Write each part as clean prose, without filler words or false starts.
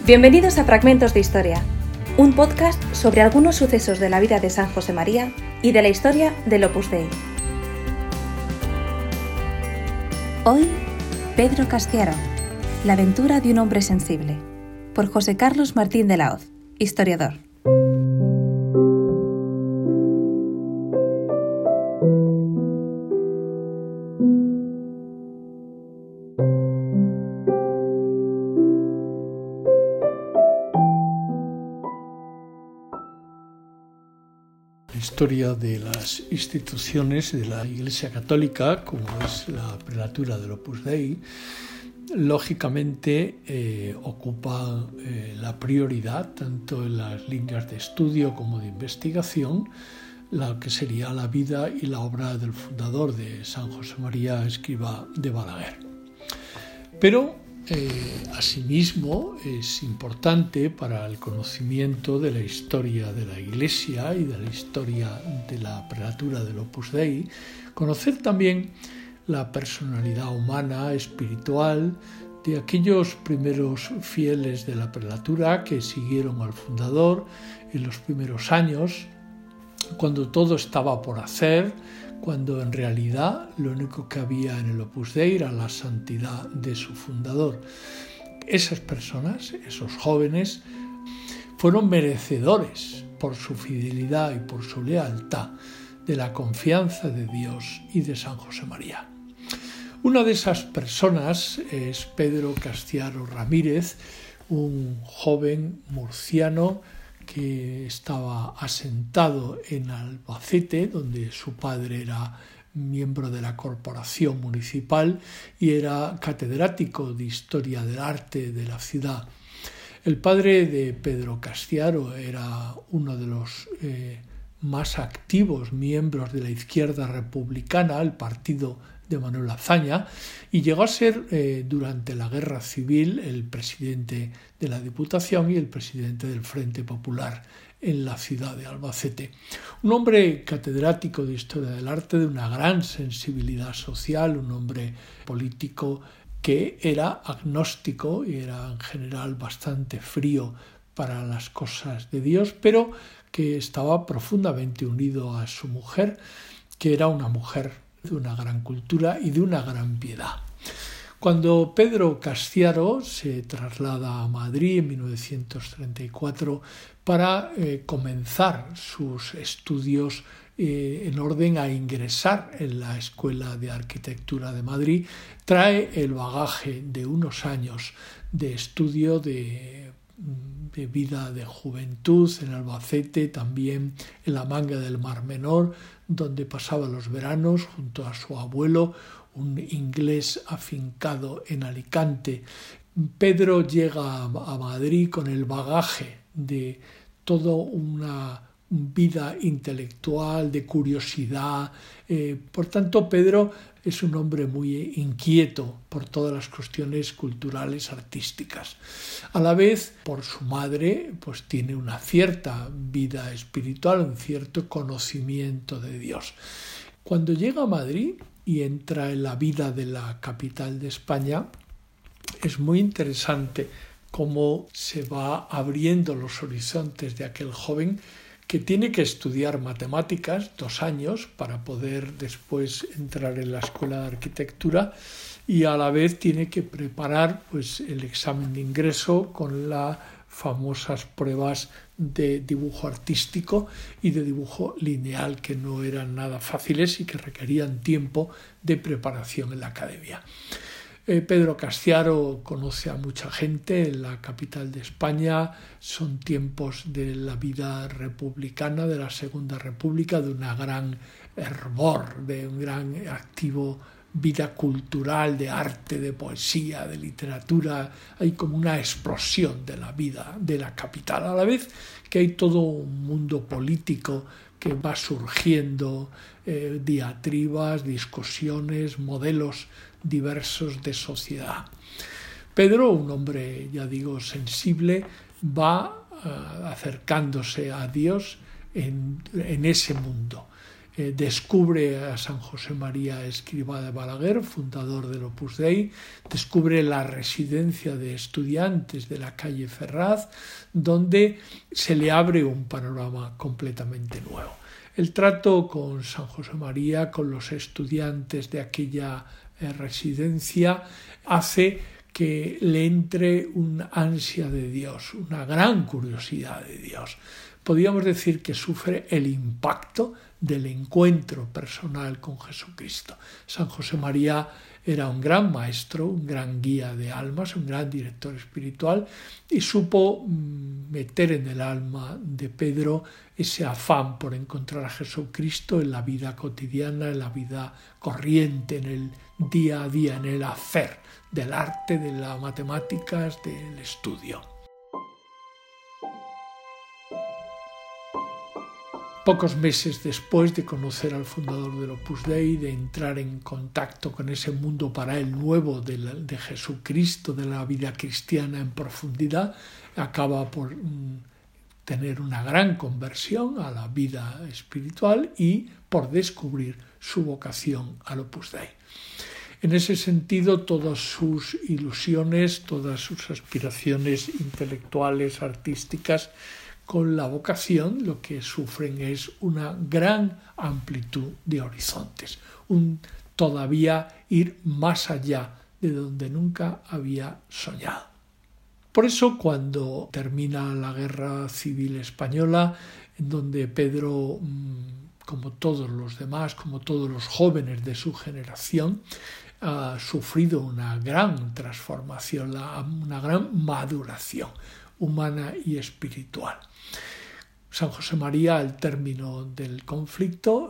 Bienvenidos a Fragmentos de Historia, un podcast sobre algunos sucesos de la vida de San José María y de la historia del Opus Dei. Hoy, Pedro Castiaro, la aventura de un hombre sensible, por José Carlos Martín de la Hoz, historiador. La historia de las instituciones de la Iglesia Católica, como es la prelatura del Opus Dei, lógicamente ocupa la prioridad tanto en las líneas de estudio como de investigación, la que sería la vida y la obra del fundador de San José María Escrivá de Balaguer. Pero asimismo es importante para el conocimiento de la historia de la Iglesia y de la historia de la prelatura del Opus Dei conocer también la personalidad humana, espiritual, de aquellos primeros fieles de la prelatura que siguieron al fundador en los primeros años, cuando todo estaba por hacer, cuando en realidad lo único que había en el Opus Dei era la santidad de su fundador. Esas personas, esos jóvenes, fueron merecedores por su fidelidad y por su lealtad de la confianza de Dios y de San José María. Una de esas personas es Pedro Castiaro Ramírez, un joven murciano que estaba asentado en Albacete, donde su padre era miembro de la corporación municipal y era catedrático de Historia del Arte de la ciudad. El padre de Pedro Castiaro era uno de los más activos miembros de la izquierda republicana, el partido de Manuel Azaña, y llegó a ser durante la Guerra Civil el presidente de la Diputación y el presidente del Frente Popular en la ciudad de Albacete. Un hombre catedrático de Historia del Arte, de una gran sensibilidad social, un hombre político que era agnóstico y era en general bastante frío para las cosas de Dios, pero que estaba profundamente unido a su mujer, que era una mujer de una gran cultura y de una gran piedad. Cuando Pedro Castiaro se traslada a Madrid en 1934 para comenzar sus estudios en orden a ingresar en la Escuela de Arquitectura de Madrid, trae el bagaje de unos años de estudio de vida de juventud en Albacete, también en la Manga del Mar Menor, donde pasaba los veranos junto a su abuelo, un inglés afincado en Alicante. Pedro llega a Madrid con el bagaje de toda una vida intelectual, de curiosidad. Por tanto, Pedro es un hombre muy inquieto por todas las cuestiones culturales, artísticas. A la vez, por su madre, pues tiene una cierta vida espiritual, un cierto conocimiento de Dios. Cuando llega a Madrid y entra en la vida de la capital de España, es muy interesante cómo se va abriendo los horizontes de aquel joven que tiene que estudiar matemáticas 2 años para poder después entrar en la Escuela de Arquitectura y a la vez tiene que preparar pues, el examen de ingreso con las famosas pruebas de dibujo artístico y de dibujo lineal que no eran nada fáciles y que requerían tiempo de preparación en la academia. Pedro Castiaro conoce a mucha gente en la capital de España, son tiempos de la vida republicana, de la Segunda República, de una gran hervor, de un gran activo vida cultural, de arte, de poesía, de literatura. Hay como una explosión de la vida de la capital, a la vez que hay todo un mundo político que va surgiendo, diatribas, discusiones, modelos diversos de sociedad. Pedro, un hombre, ya digo, sensible, va acercándose a Dios en ese mundo. descubre a San José María Escrivá de Balaguer, fundador del Opus Dei, descubre la residencia de estudiantes de la calle Ferraz, donde se le abre un panorama completamente nuevo. El trato con San José María, con los estudiantes de aquella residencia, hace que le entre una ansia de Dios, una gran curiosidad de Dios. Podríamos decir que sufre el impacto del encuentro personal con Jesucristo. San José María era un gran maestro, un gran guía de almas, un gran director espiritual, y supo meter en el alma de Pedro ese afán por encontrar a Jesucristo en la vida cotidiana, en la vida corriente, en el día a día, en el hacer del arte, de las matemáticas, del estudio. Pocos meses después de conocer al fundador del Opus Dei, de entrar en contacto con ese mundo para él nuevo de Jesucristo, de la vida cristiana en profundidad, acaba por tener una gran conversión a la vida espiritual y por descubrir su vocación al Opus Dei. En ese sentido, todas sus ilusiones, todas sus aspiraciones intelectuales, artísticas, con la vocación lo que sufren es una gran amplitud de horizontes, un todavía ir más allá de donde nunca había soñado. Por eso, cuando termina la Guerra Civil Española, en donde Pedro, como todos los demás, como todos los jóvenes de su generación, ha sufrido una gran transformación, una gran maduración humana y espiritual. San José María, al término del conflicto,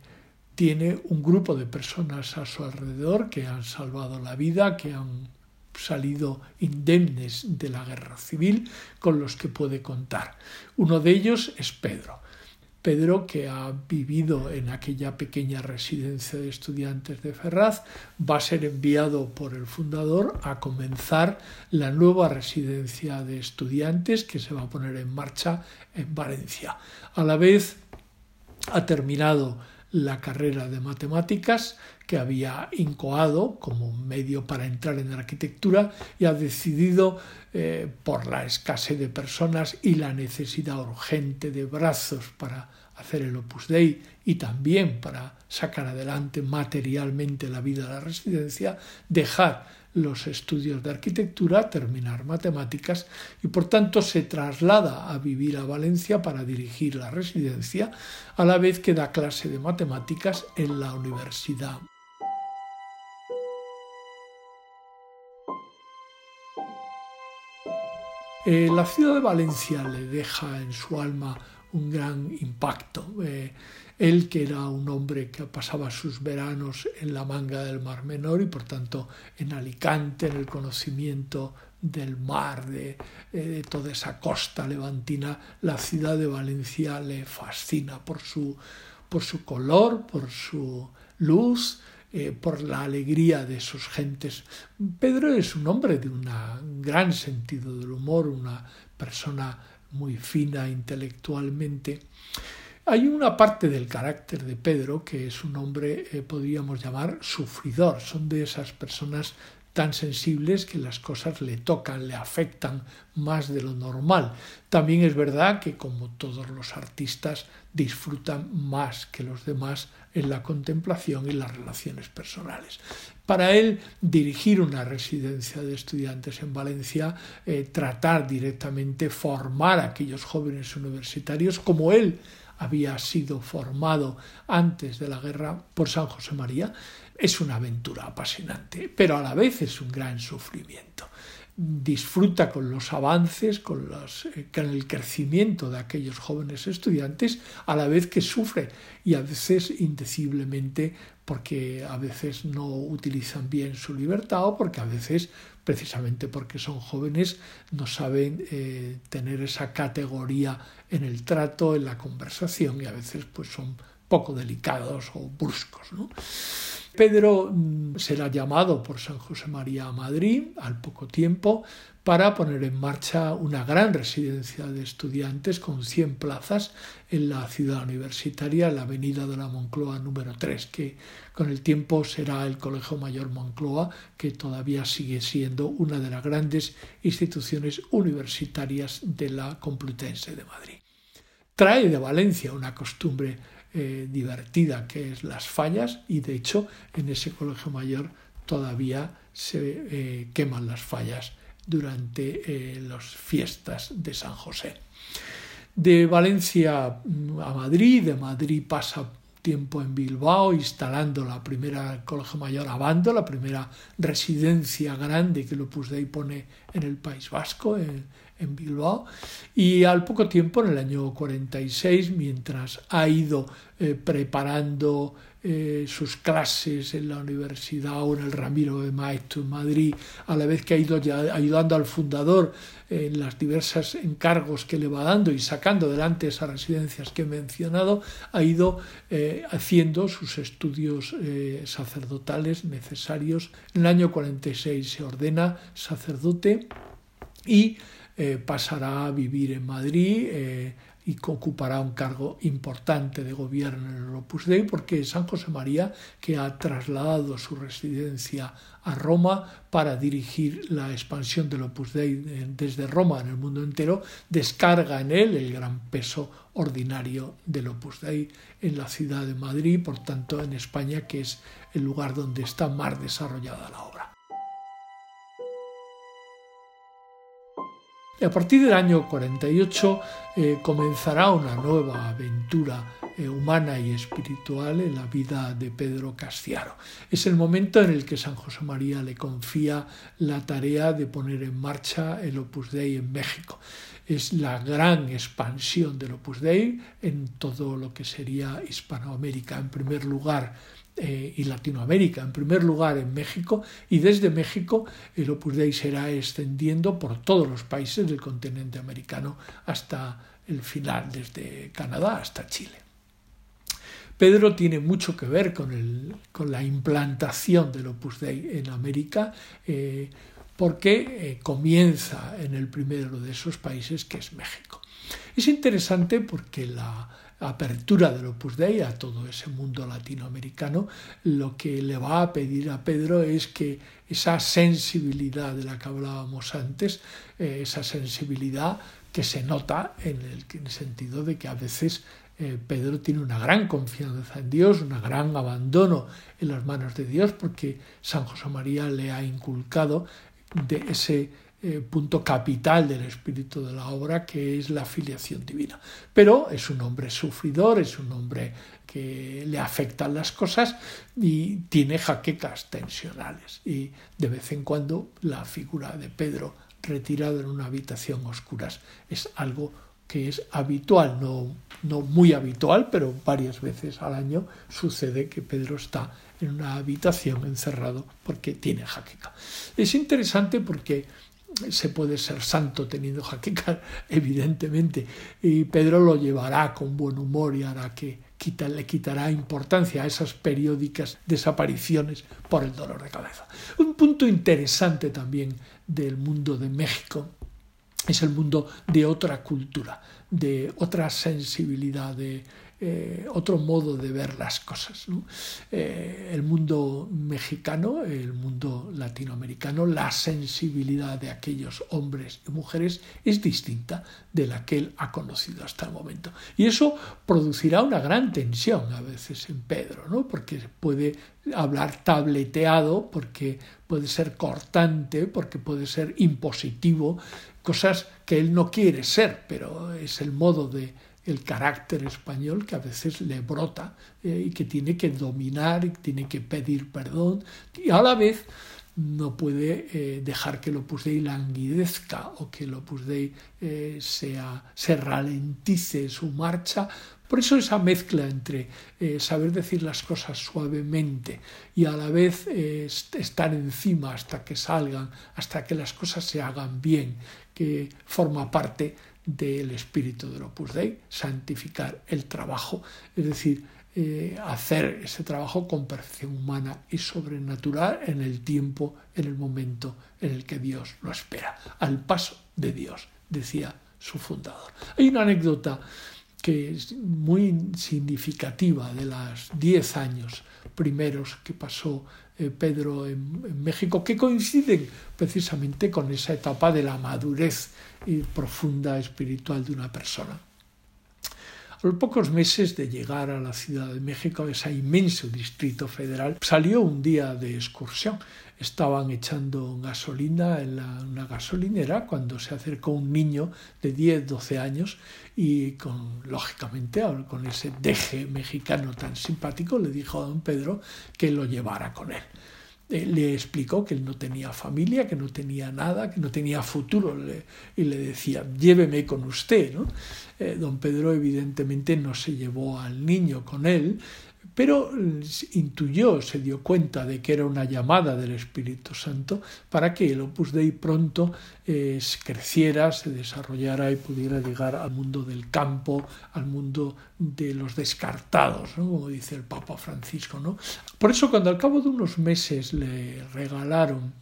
tiene un grupo de personas a su alrededor que han salvado la vida, que han salido indemnes de la guerra civil, con los que puede contar. Uno de ellos es Pedro. Pedro, que ha vivido en aquella pequeña residencia de estudiantes de Ferraz, va a ser enviado por el fundador a comenzar la nueva residencia de estudiantes que se va a poner en marcha en Valencia. A la vez ha terminado la carrera de matemáticas que había incoado como medio para entrar en la arquitectura y ha decidido, por la escasez de personas y la necesidad urgente de brazos para hacer el Opus Dei y también para sacar adelante materialmente la vida de la residencia, dejar los estudios de arquitectura, terminar matemáticas y por tanto se traslada a vivir a Valencia para dirigir la residencia, a la vez que da clase de matemáticas en la universidad. La ciudad de Valencia le deja en su alma un gran impacto. Él, que era un hombre que pasaba sus veranos en la Manga del Mar Menor y por tanto en Alicante, en el conocimiento del mar, de toda esa costa levantina, la ciudad de Valencia le fascina por su color, por su luz, por la alegría de sus gentes. Pedro es un hombre de un gran sentido del humor, una persona muy fina intelectualmente. Hay una parte del carácter de Pedro que es un hombre, podríamos llamar, sufridor. Son de esas personas tan sensibles que las cosas le tocan, le afectan más de lo normal. También es verdad que, como todos los artistas, disfrutan más que los demás en la contemplación y las relaciones personales. Para él, dirigir una residencia de estudiantes en Valencia, tratar directamente, formar a aquellos jóvenes universitarios, como él había sido formado antes de la guerra por San José María, es una aventura apasionante, pero a la vez es un gran sufrimiento. Disfruta con los avances, con el crecimiento de aquellos jóvenes estudiantes, a la vez que sufre, y a veces indeciblemente, porque a veces no utilizan bien su libertad o porque a veces, precisamente porque son jóvenes, no saben tener esa categoría en el trato, en la conversación, y a veces pues son poco delicados o bruscos, ¿no? Pedro será llamado por San José María a Madrid al poco tiempo para poner en marcha una gran residencia de estudiantes con 100 plazas en la ciudad universitaria, en la avenida de la Moncloa número 3, que con el tiempo será el Colegio Mayor Moncloa, que todavía sigue siendo una de las grandes instituciones universitarias de la Complutense de Madrid. Trae de Valencia una costumbre divertida que es las fallas, y de hecho en ese Colegio Mayor todavía se queman las fallas durante las fiestas de San José. De Valencia a Madrid, de Madrid pasa tiempo en Bilbao, instalando la primera Colegio Mayor Abando, la primera residencia grande que el Opus Dei pone en el País Vasco, en Bilbao, y al poco tiempo, en el año 46, mientras ha ido preparando sus clases en la universidad o en el Ramiro de Maeztu en Madrid, a la vez que ha ido ya ayudando al fundador en los diversos encargos que le va dando y sacando adelante esas residencias que he mencionado, ha ido haciendo sus estudios sacerdotales necesarios. En el año 46 se ordena sacerdote y pasará a vivir en Madrid y ocupará un cargo importante de gobierno en el Opus Dei, porque San José María, que ha trasladado su residencia a Roma para dirigir la expansión del Opus Dei desde Roma en el mundo entero, descarga en él el gran peso ordinario del Opus Dei en la ciudad de Madrid, por tanto en España, que es el lugar donde está más desarrollada la obra. A partir del año 48 comenzará una nueva aventura humana y espiritual en la vida de Pedro Castiaro. Es el momento en el que San José María le confía la tarea de poner en marcha el Opus Dei en México. Es la gran expansión del Opus Dei en todo lo que sería Hispanoamérica, en primer lugar, y Latinoamérica, en primer lugar en México, y desde México el Opus Dei será extendiendo por todos los países del continente americano hasta el final, desde Canadá hasta Chile. Pedro tiene mucho que ver con la implantación del Opus Dei en América, porque comienza en el primero de esos países, que es México. Es interesante porque la apertura del Opus Dei a todo ese mundo latinoamericano lo que le va a pedir a Pedro es que esa sensibilidad de la que hablábamos antes, esa sensibilidad que se nota en el sentido de que a veces Pedro tiene una gran confianza en Dios, un gran abandono en las manos de Dios, porque San José María le ha inculcado de ese punto capital del espíritu de la obra, que es la filiación divina. Pero es un hombre sufridor, es un hombre que le afectan las cosas y tiene jaquecas tensionales. Y de vez en cuando la figura de Pedro retirado en una habitación a oscuras es algo que es habitual, no muy habitual, pero varias veces al año sucede que Pedro está en una habitación encerrado porque tiene jaqueca. Es interesante porque se puede ser santo teniendo jaqueca, evidentemente, y Pedro lo llevará con buen humor y hará que le quitará importancia a esas periódicas desapariciones por el dolor de cabeza. Un punto interesante también del mundo de México es el mundo de otra cultura, de otra sensibilidad, de otro modo de ver las cosas, ¿no? El mundo mexicano, el mundo latinoamericano, la sensibilidad de aquellos hombres y mujeres es distinta de la que él ha conocido hasta el momento. Y eso producirá una gran tensión a veces en Pedro, ¿no? Porque puede hablar tableteado, porque puede ser cortante, porque puede ser impositivo, cosas que él no quiere ser, pero es el modo de el carácter español que a veces le brota y que tiene que dominar y tiene que pedir perdón, y a la vez no puede dejar que el Opus Dei languidezca o que el Opus Dei se ralentice su marcha. Por eso esa mezcla entre saber decir las cosas suavemente y a la vez estar encima hasta que salgan, hasta que las cosas se hagan bien, que forma parte del espíritu del Opus Dei, santificar el trabajo, es decir, hacer ese trabajo con perfección humana y sobrenatural en el tiempo, en el momento en el que Dios lo espera, al paso de Dios, decía su fundador. Hay una anécdota que es muy significativa de los 10 años primeros que pasó Pedro en México, que coinciden precisamente con esa etapa de la madurez profunda espiritual de una persona. A los pocos meses de llegar a la Ciudad de México, ese inmenso distrito federal, salió un día de excursión. Estaban echando gasolina en una gasolinera cuando se acercó un niño de 10, 12 años y lógicamente con ese deje mexicano tan simpático le dijo a don Pedro que lo llevara con él. Le explicó que él no tenía familia, que no tenía nada, que no tenía futuro y le decía, lléveme con usted, ¿no? Don Pedro evidentemente no se llevó al niño con él, pero intuyó, se dio cuenta de que era una llamada del Espíritu Santo para que el Opus Dei pronto creciera, se desarrollara y pudiera llegar al mundo del campo, al mundo de los descartados, ¿no? Como dice el Papa Francisco, ¿no? Por eso, cuando al cabo de unos meses le regalaron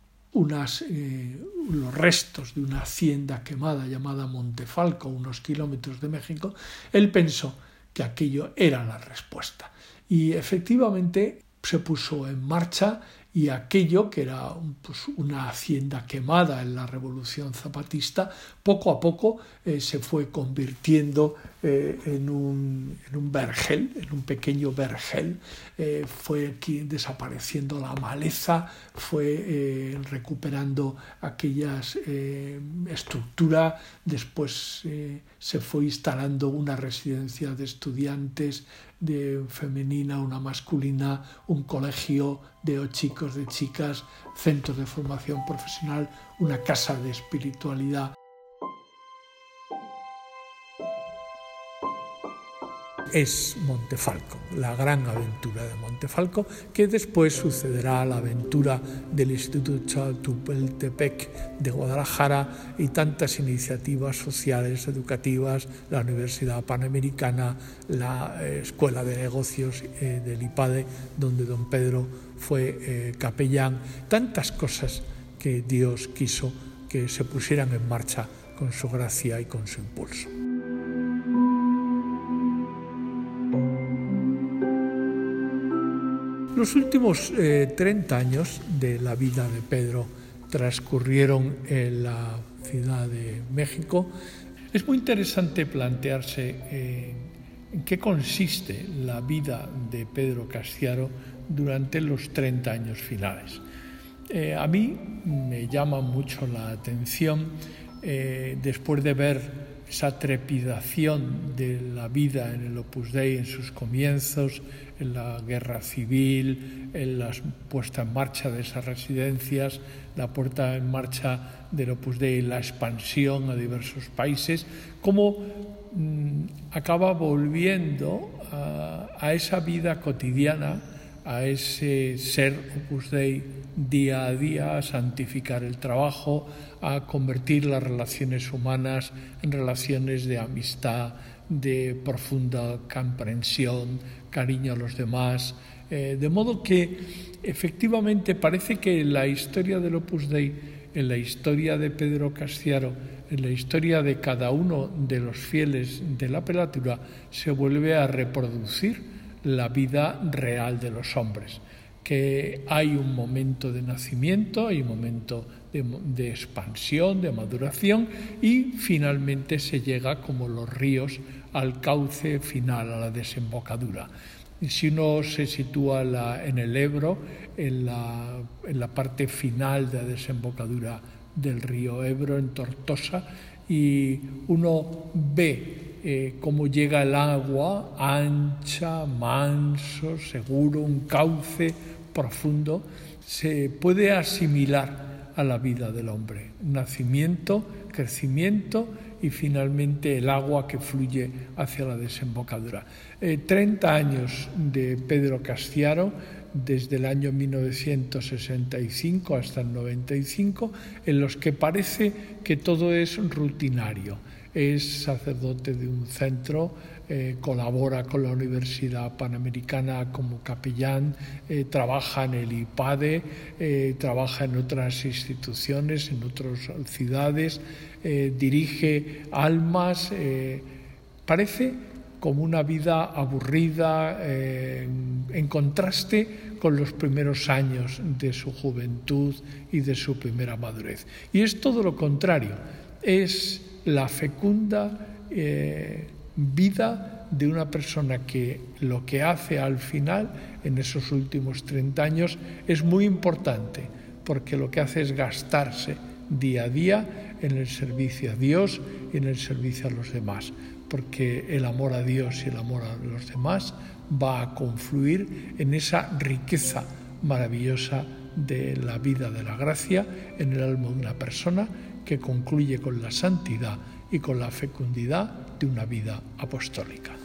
los restos de una hacienda quemada llamada Montefalco, unos kilómetros de México, él pensó que aquello era la respuesta. Y efectivamente se puso en marcha y aquello, que era una hacienda quemada en la Revolución Zapatista, poco a poco se fue convirtiendo en un vergel, en un pequeño vergel. Fue aquí desapareciendo la maleza, fue recuperando aquellas estructura. Después se fue instalando una residencia de estudiantes, de femenina, una masculina, un colegio de chicos, de chicas, centros de formación profesional, una casa de espiritualidad. Es Montefalco, la gran aventura de Montefalco, que después sucederá a la aventura del Instituto Chapultepec de Guadalajara y tantas iniciativas sociales, educativas, la Universidad Panamericana, la Escuela de Negocios del IPADE, donde don Pedro fue capellán, tantas cosas que Dios quiso que se pusieran en marcha con su gracia y con su impulso. Los últimos 30 años de la vida de Pedro transcurrieron en la Ciudad de México. Es muy interesante plantearse en qué consiste la vida de Pedro Castiaro durante los 30 años finales. A mí me llama mucho la atención, después de ver esa trepidación de la vida en el Opus Dei en sus comienzos, en la guerra civil, en la puesta en marcha de esas residencias, la puesta en marcha del Opus Dei, la expansión a diversos países, cómo acaba volviendo a esa vida cotidiana, a ese ser Opus Dei día a día, a santificar el trabajo, a convertir las relaciones humanas en relaciones de amistad, de profunda comprensión, cariño a los demás, de modo que efectivamente parece que en la historia del Opus Dei, en la historia de Pedro Castiaro, en la historia de cada uno de los fieles de la prelatura, se vuelve a reproducir la vida real de los hombres, que hay un momento de nacimiento, hay un momento de expansión, de maduración, y finalmente se llega, como los ríos, al cauce final, a la desembocadura. Y si uno se sitúa en el Ebro, en la parte final de la desembocadura del río Ebro, en Tortosa, y uno ve cómo llega el agua ancha, manso, seguro, un cauce profundo, se puede asimilar a la vida del hombre. Nacimiento, crecimiento y finalmente el agua que fluye hacia la desembocadura. 30 años de Pedro Castiaro, desde el año 1965 hasta el 95, en los que parece que todo es rutinario. es sacerdote de un centro, colabora con la Universidad Panamericana como capellán, trabaja en el IPADE, trabaja en otras instituciones, en otras ciudades, dirige almas. Parece como una vida aburrida, en contraste con los primeros años de su juventud y de su primera madurez. Y es todo lo contrario, es la fecunda vida de una persona que lo que hace al final, en esos últimos 30 años, es muy importante, porque lo que hace es gastarse día a día en el servicio a Dios y en el servicio a los demás, porque el amor a Dios y el amor a los demás va a confluir en esa riqueza maravillosa de la vida de la gracia en el alma de una persona, que concluye con la santidad y con la fecundidad de una vida apostólica.